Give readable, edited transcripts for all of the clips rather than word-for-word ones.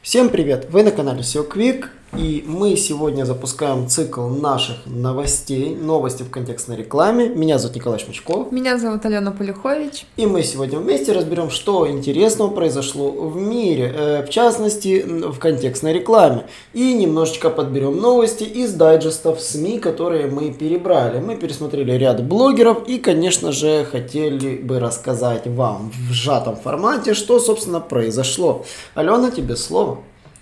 Всем привет! Вы на канале SEO Quick, и мы сегодня запускаем цикл наших новостей, новости в контекстной рекламе. Меня зовут Николай Шмычков. Меня зовут Алена Полюхович. И мы сегодня вместе разберем, что интересного произошло в мире, в частности, в контекстной рекламе. И немножечко подберем новости из дайджестов СМИ, которые мы перебрали. Мы пересмотрели ряд блогеров и, конечно же, хотели бы рассказать вам в сжатом формате, что, собственно, произошло. Алена, тебе слово.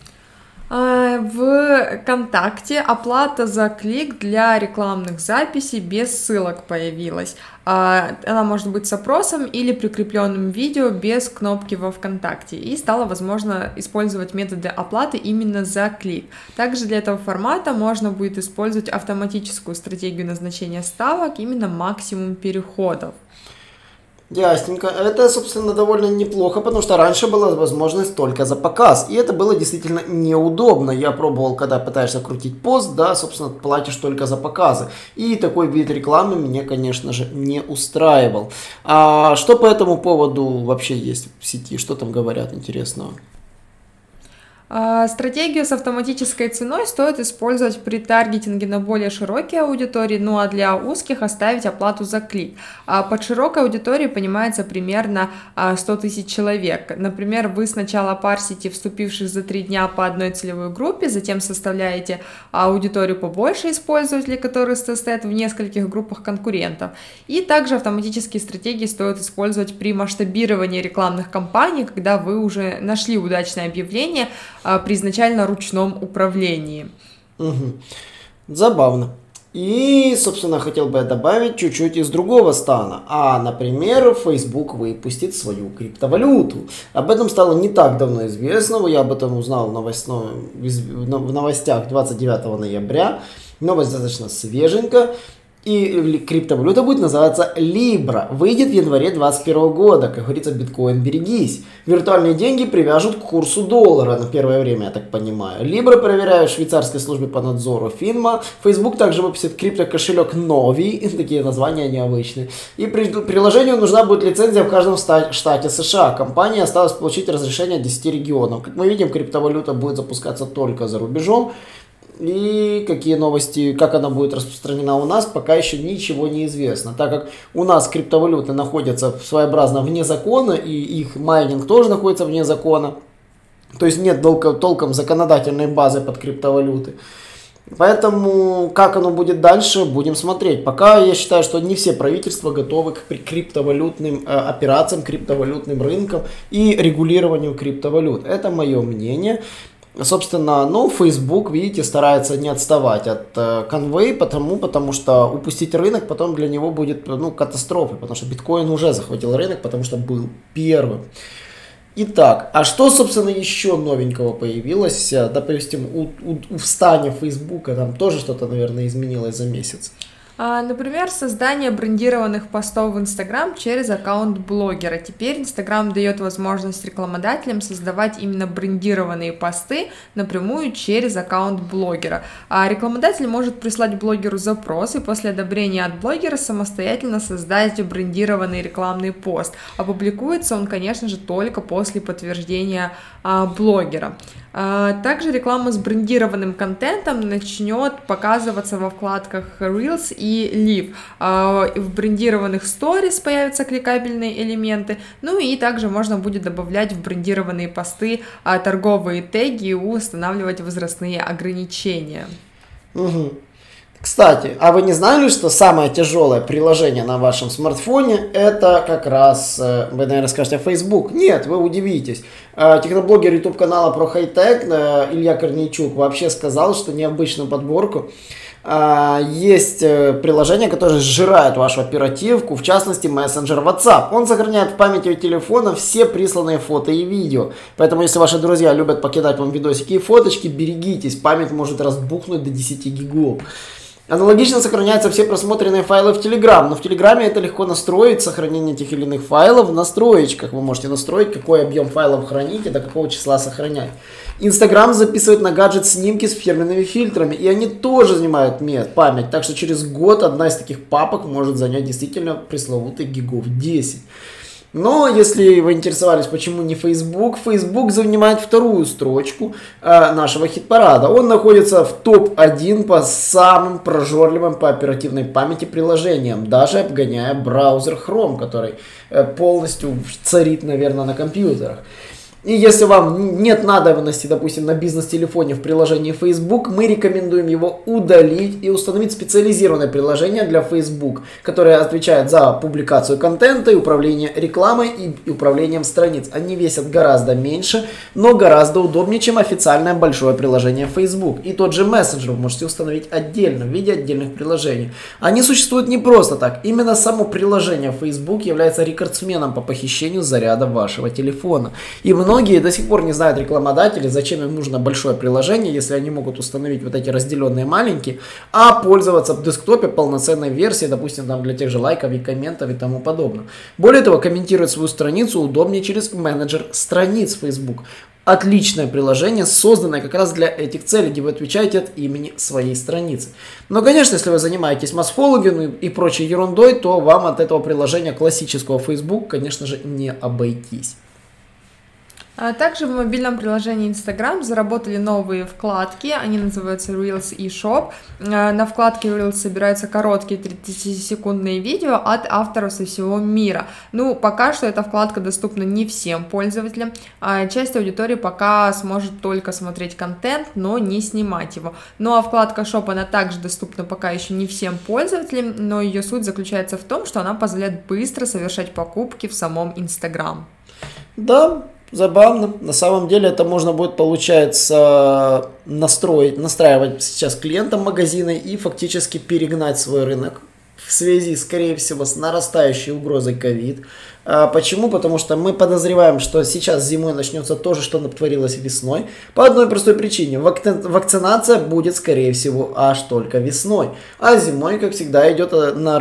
В ВКонтакте оплата за клик для рекламных записей без ссылок появилась. Она может быть с опросом или прикрепленным видео без кнопки во ВКонтакте. И стало возможно использовать методы оплаты именно за клик. Также для этого формата можно будет использовать автоматическую стратегию назначения ставок, именно максимум переходов. Ясненько. Это, собственно, довольно неплохо, потому что раньше была возможность только за показ. И это было действительно неудобно. Я пробовал, когда пытаешься крутить пост, да, собственно, платишь только за показы. И такой вид рекламы меня, конечно же, не устраивал. А что по этому поводу вообще есть в сети? Что там говорят интересного? Стратегию с автоматической ценой стоит использовать при таргетинге на более широкие аудитории, ну а для узких оставить оплату за клик. Под широкой аудиторией понимается примерно 100 тысяч человек. Например, вы сначала парсите вступивших за 3 дня по одной целевой группе, затем составляете аудиторию побольше использователей, которые состоят в нескольких группах конкурентов. И также автоматические стратегии стоит использовать при масштабировании рекламных кампаний, когда вы уже нашли удачное объявление при изначально ручном управлении. Забавно. И, собственно, хотел бы я добавить чуть-чуть из другого стана. Например, Facebook выпустит свою криптовалюту. Об этом стало не так давно известно. Я об этом узнал в новостях 29 ноября. Новость достаточно свеженькая. И криптовалюта будет называться Libra. Выйдет в январе 2021 года. Как говорится, биткоин берегись. Виртуальные деньги привяжут к курсу доллара на первое время, я так понимаю. Libra проверяют в швейцарской службе по надзору FINMA. Facebook также выпустит криптокошелек Novi. Такие названия необычные. И приложению нужна будет лицензия в каждом штате США. Компания осталось получить разрешение 10 регионов. Как мы видим, криптовалюта будет запускаться только за рубежом. И какие новости, как она будет распространена у нас, пока еще ничего не известно. Так как у нас криптовалюты находятся своеобразно вне закона, и их майнинг тоже находится вне закона. То есть нет толком законодательной базы под криптовалюты. Поэтому, как оно будет дальше, будем смотреть. Пока я считаю, что не все правительства готовы к криптовалютным операциям, криптовалютным рынкам и регулированию криптовалют. Это мое мнение. Собственно, Facebook, видите, старается не отставать от Conway, потому что упустить рынок потом для него будет катастрофой, потому что биткоин уже захватил рынок, потому что был первым. Итак, а что, собственно, еще новенького появилось? Допустим, в стане Facebook там тоже что-то, наверное, изменилось за месяц. Например, создание брендированных постов в Instagram через аккаунт блогера. Теперь Instagram дает возможность рекламодателям создавать именно брендированные посты напрямую через аккаунт блогера. Рекламодатель может прислать блогеру запрос и после одобрения от блогера самостоятельно создать брендированный рекламный пост. Опубликуется он, конечно же, только после подтверждения блогера. Также реклама с брендированным контентом начнет показываться во вкладках Reels и Live. В брендированных Stories появятся кликабельные элементы, ну и также можно будет добавлять в брендированные посты торговые теги и устанавливать возрастные ограничения. Кстати, а вы не знали, что самое тяжелое приложение на вашем смартфоне это как раз, вы, наверное, скажете, Facebook? Нет, вы удивитесь. Техноблогер YouTube канала про хай-тек Илья Корнейчук вообще сказал, что необычную подборку есть приложение, которое сжирает вашу оперативку, в частности мессенджер WhatsApp. Он сохраняет в памяти телефона все присланные фото и видео. Поэтому, если ваши друзья любят покидать вам видосики и фоточки, берегитесь, память может разбухнуть до 10 гигов. Аналогично сохраняются все просмотренные файлы в Telegram, но в Telegram это легко настроить, сохранение тех или иных файлов в настроечках. Вы можете настроить, какой объем файлов хранить и до какого числа сохранять. Instagram записывает на гаджет снимки с фирменными фильтрами, и они тоже занимают память, так что через год одна из таких папок может занять действительно пресловутых гигов 10. Но если вы интересовались, почему не Facebook, Facebook занимает вторую строчку нашего хит-парада. Он находится в топ-1 по самым прожорливым по оперативной памяти приложениям, даже обгоняя браузер Chrome, который полностью царит, наверное, на компьютерах. И если вам нет надобности, допустим, на бизнес-телефоне в приложении Facebook, мы рекомендуем его удалить и установить специализированное приложение для Facebook, которое отвечает за публикацию контента и управление рекламой и управлением страниц. Они весят гораздо меньше, но гораздо удобнее, чем официальное большое приложение Facebook. И тот же мессенджер вы можете установить отдельно, в виде отдельных приложений. Они существуют не просто так. Именно само приложение Facebook является рекордсменом по похищению заряда вашего телефона. И многие до сих пор не знают, рекламодатели, зачем им нужно большое приложение, если они могут установить вот эти разделенные маленькие, а пользоваться в десктопе полноценной версией, допустим, там для тех же лайков и комментов и тому подобное. Более того, комментировать свою страницу удобнее через менеджер страниц Facebook. Отличное приложение, созданное как раз для этих целей, где вы отвечаете от имени своей страницы. Но, конечно, если вы занимаетесь мосфологингом и прочей ерундой, то вам от этого приложения классического Facebook, конечно же, не обойтись. А также в мобильном приложении Instagram заработали новые вкладки, они называются Reels и Shop. На вкладке Reels собираются короткие 30-секундные видео от авторов со всего мира. Ну, пока что эта вкладка доступна не всем пользователям. Часть аудитории пока сможет только смотреть контент, но не снимать его. Ну, а вкладка Shop, она также доступна пока еще не всем пользователям, но ее суть заключается в том, что она позволяет быстро совершать покупки в самом Instagram. Да, забавно. На самом деле это можно будет, получается, настраивать сейчас клиентам магазина и фактически перегнать свой рынок в связи, скорее всего, с нарастающей угрозой ковид. Почему? Потому что мы подозреваем, что сейчас зимой начнется то же, что творилось весной. По одной простой причине. Вакцинация будет, скорее всего, аж только весной. А зимой, как всегда, идет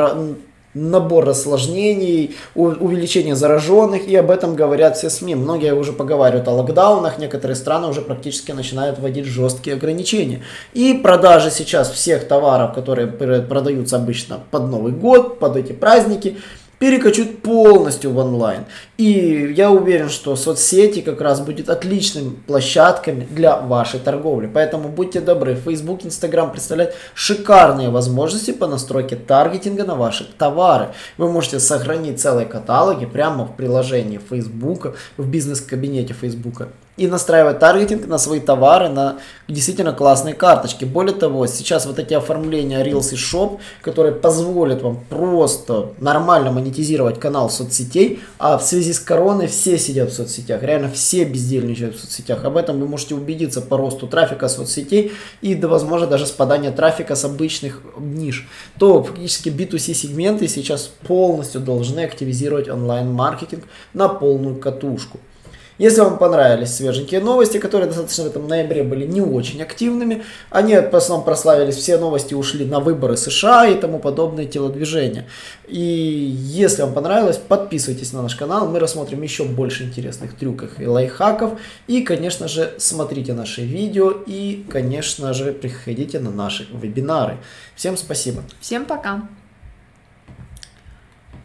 набор осложнений, увеличение зараженных, и об этом говорят все СМИ. Многие уже поговаривают о локдаунах, некоторые страны уже практически начинают вводить жесткие ограничения. И продажи сейчас всех товаров, которые продаются обычно под Новый год, под эти праздники, перекочут полностью в онлайн. И я уверен, что соцсети как раз будут отличными площадками для вашей торговли. Поэтому будьте добры, Facebook, Instagram представляют шикарные возможности по настройке таргетинга на ваши товары. Вы можете сохранить целые каталоги прямо в приложении Facebook, в бизнес-кабинете Facebook. И настраивать таргетинг на свои товары, на действительно классные карточки. Более того, сейчас вот эти оформления Reels и Shop, которые позволят вам просто нормально монетизировать канал соцсетей, а в связи с короной все сидят в соцсетях, реально все бездельничают в соцсетях. Об этом вы можете убедиться по росту трафика соцсетей и, возможно, даже спадания трафика с обычных ниш. То фактически B2C сегменты сейчас полностью должны активизировать онлайн-маркетинг на полную катушку. Если вам понравились свеженькие новости, которые достаточно в этом ноябре были не очень активными, они в основном прославились, все новости ушли на выборы США и тому подобные телодвижения. И если вам понравилось, подписывайтесь на наш канал, мы рассмотрим еще больше интересных трюков и лайфхаков. И, конечно же, смотрите наши видео и, конечно же, приходите на наши вебинары. Всем спасибо. Всем пока.